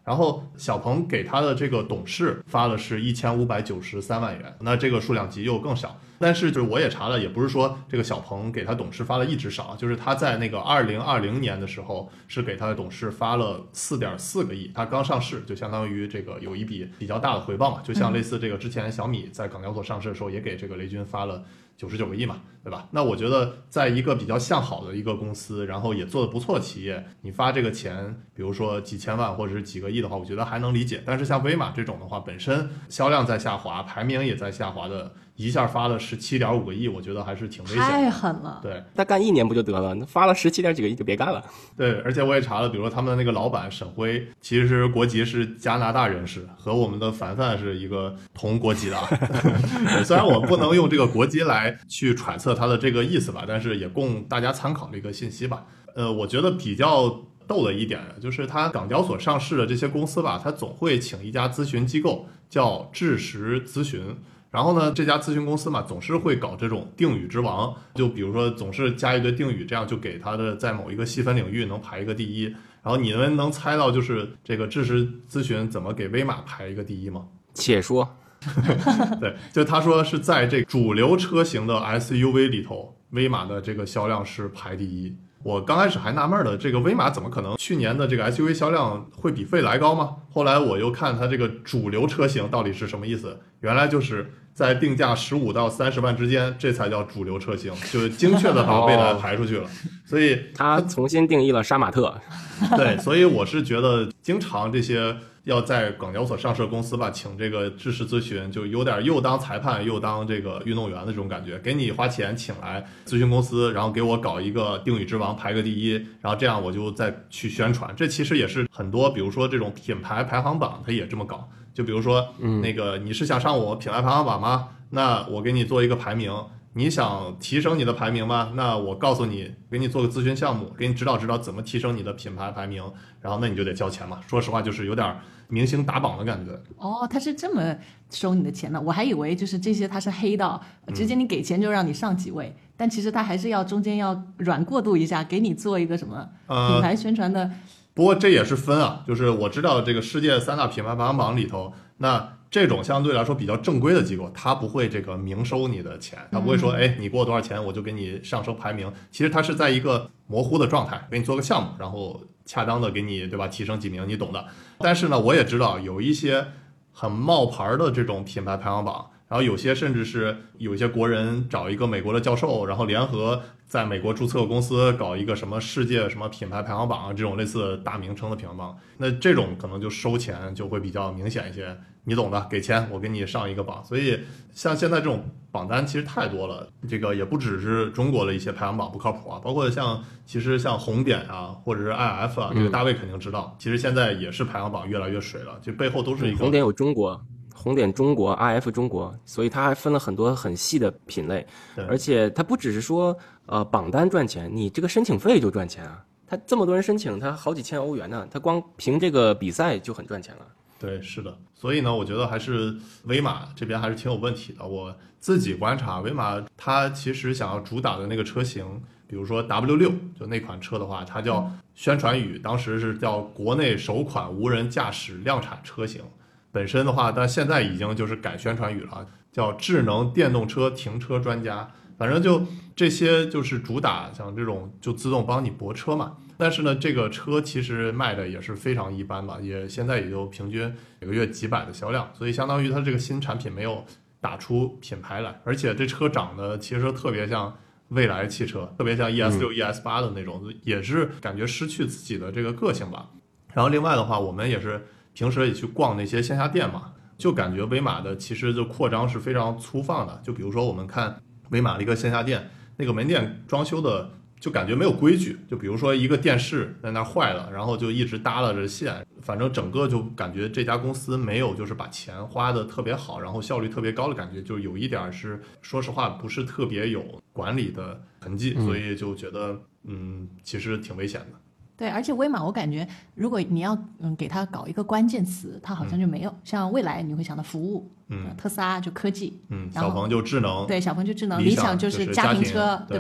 然后小鹏给他的这个董事发的是一千五百九十三万元，那这个数量级又更少。但是就是我也查了，也不是说这个小鹏给他董事发的一直少，就是他在那个二零二零年的时候是给他的董事发了四点四个亿，他刚上市就相当于这个有一笔比较大的回报嘛，就像类似这个之前小米在港交所上市的时候也给这个雷军发了九十九个亿嘛，对吧？那我觉得在一个比较向好的一个公司，然后也做得不错的企业，你发这个钱，比如说几千万或者是几个亿的话，我觉得还能理解。但是像威马这种的话，本身销量在下滑，排名也在下滑的，一下发了十七点五个亿，我觉得还是挺危险的， 太狠了。 对， 他干一年不就得了？发了十七点几个亿就别干了。 对，而且我也查了，比如说他们的那个老板沈辉，其实国籍是加拿大人士，和我们的凡凡是一个同国籍的啊。虽然我不能用这个国籍来去揣测他的这个意思吧，但是也供大家参考的一个信息吧。呃，我觉得比较逗的一点就是它港交所上市的这些公司吧，它总会请一家咨询机构叫智实咨询。然后呢，这家咨询公司嘛，总是会搞这种定语之王，就比如说总是加一堆定语，这样就给他的在某一个细分领域能排一个第一。然后你们能猜到就是这个智实咨询怎么给威马排一个第一吗？ 且说。 对，就他说是在这主流车型的 S U V 里头，威马的这个销量是排第一。我刚开始还纳闷的，这个威马怎么可能去年的这个 S U V 销量会比蔚来高吗？后来我又看它这个主流车型到底是什么意思，原来就是在定价十五到三十万之间，这才叫主流车型，就精确的把蔚来排出去了。所以他重新定义了杀马特。 对，所以我是觉得经常这些要在港交所上市的公司吧，请这个知识咨询，就有点又当裁判又当这个运动员的这种感觉，给你花钱请来咨询公司，然后给我搞一个定语之王排个第一，然后这样我就再去宣传。这其实也是很多比如说这种品牌排行榜它也这么搞，就比如说那个你是想上我品牌排行榜吗？那我给你做一个排名，你想提升你的排名吗？那我告诉你，给你做个咨询项目，给你指导指导怎么提升你的品牌排名，然后那你就得交钱嘛。说实话，就是有点明星打榜的感觉。 哦，他是这么收你的钱的，我还以为就是这些他是黑道，直接你给钱就让你上几位，嗯、但其实他还是要中间要软过渡一下，给你做一个什么品牌宣传的。呃、 不过这也是分啊，就是我知道这个世界三大品牌排行榜里头，那这种相对来说比较正规的机构，它不会这个明收你的钱，它不会说，哎，你给我多少钱，我就给你上收排名。其实它是在一个模糊的状态，给你做个项目，然后恰当的给你，对吧？提升几名，你懂的。但是呢，我也知道有一些很冒牌的这种品牌排行榜，然后有些甚至是有一些国人找一个美国的教授，然后联合在美国注册公司搞一个什么世界什么品牌排行榜这种类似大名称的排行榜，那这种可能就收钱就会比较明显一些。你懂的，给钱我给你上一个榜。所以像现在这种榜单其实太多了，这个也不只是中国的一些排行榜不靠谱啊，包括像其实像红点啊或者是 I F 啊，这个大卫肯定知道，嗯、其实现在也是排行榜越来越水了，就背后都是一个、嗯、 红点有中国。红点中国 I F 中国，所以它还分了很多很细的品类，而且它不只是说呃榜单赚钱，你这个申请费就赚钱啊，它这么多人申请，它好几千欧元呢，它光凭这个比赛就很赚钱了。 对，是的，所以呢，我觉得还是威马这边还是挺有问题的。我自己观察，威马它其实想要主打的那个车型，比如说 W 六，就那款车的话，它叫宣传语，当时是叫国内首款无人驾驶量产车型。本身的话，但现在已经就是改宣传语了，叫智能电动车停车专家。反正就这些就是主打像这种就自动帮你泊车嘛。但是呢，这个车其实卖的也是非常一般吧，也现在也就平均每个月几百的销量，所以相当于它这个新产品没有打出品牌来。而且这车长得其实特别像蔚来汽车，特别像 E S 六、嗯、E S 八的那种，也是感觉失去自己的这个个性吧。然后另外的话，我们也是平时也去逛那些线下店嘛，就感觉威马的其实就扩张是非常粗放的。就比如说我们看威马的一个线下店，那个门店装修的就感觉没有规矩，就比如说一个电视在那坏了，然后就一直耷拉着线，反正整个就感觉这家公司没有就是把钱花的特别好，然后效率特别高的感觉，就有一点是说实话不是特别有管理的痕迹，所以就觉得嗯其实挺危险的。 对，而且威马我感觉如果你要嗯给它搞一个关键词，它好像就没有、嗯、像蔚来你会想到服务，嗯，特斯拉就科技， 嗯，小鹏就智能， 对，小鹏就智能，理想就是家庭车， 对吧？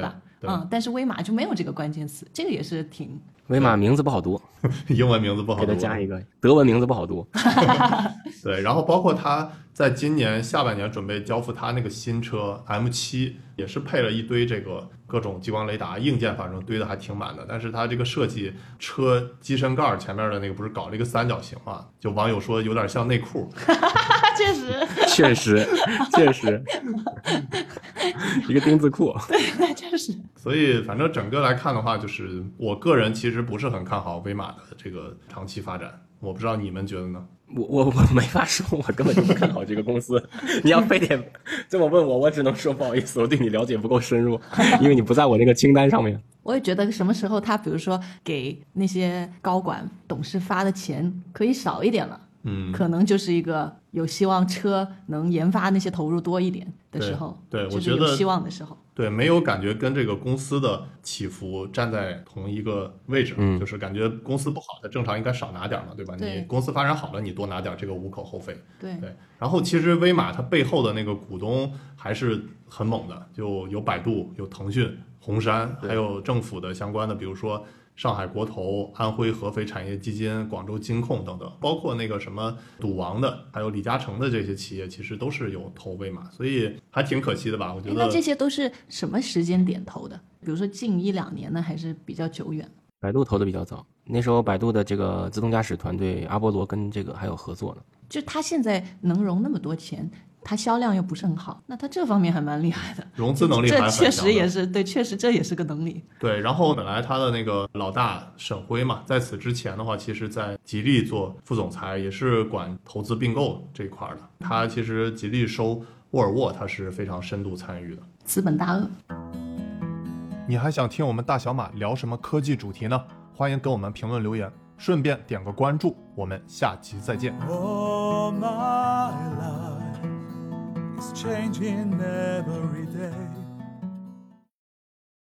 嗯，但是威马就没有这个关键词，这个也是挺。 威马名字不好读， 英文名字不好读， 给他加一个德文名字不好读。 对，然后包括他在今年下半年准备交付他那个新车 M 七，也是配了一堆这个各种激光雷达硬件，反正堆的还挺满的。但是他这个设计，车机身盖前面的那个不是搞了一个三角形嘛？就网友说有点像内裤。 确实， 确实，确实，一个钉子裤。 对，确实。 所以反正整个来看的话，就是我个人其实不是很看好威马的这个长期发展。我不知道你们觉得呢？ 我我我没法说，我根本就不看好这个公司。你要非得这么问我，我只能说不好意思，我对你了解不够深入，因为你不在我那个清单上面。 我也觉得什么时候他比如说给那些高管董事发的钱可以少一点了，嗯，可能就是一个有希望车能研发那些投入多一点的时候， 对， 对， 我觉得有希望的时候。 对，没有感觉跟这个公司的起伏站在同一个位置，嗯，就是感觉公司不好，它正常应该少拿点嘛，对吧？ 对， 你公司发展好了，你多拿点，这个无可厚非。 对对。然后其实威马它背后的那个股东还是很猛的，就有百度、有腾讯、红杉，还有政府的相关的，比如说上海国投、安徽合肥产业基金、广州金控等等，包括那个什么赌王的，还有李嘉诚的这些企业，其实都是有投威马，所以还挺可惜的吧？我觉得。 那这些都是什么时间点投的？比如说近一两年呢，还是比较久远？ 百度投的比较早，那时候百度的这个自动驾驶团队阿波罗跟这个还有合作呢。 就他现在能融那么多钱，它销量又不是很好，那它这方面还蛮厉害的， 融资能力还很强的。 这确实也是对，确实这也是个能力。 对，然后本来他的那个老大沈辉嘛，在此之前的话，其实在吉利做副总裁，也是管投资并购这一块的。他其实吉利收沃尔沃，他是非常深度参与的， 资本大鳄。 你还想听我们大小马聊什么科技主题呢？欢迎给我们评论留言，顺便点个关注，我们下期再见。 Oh, my life is changing every day.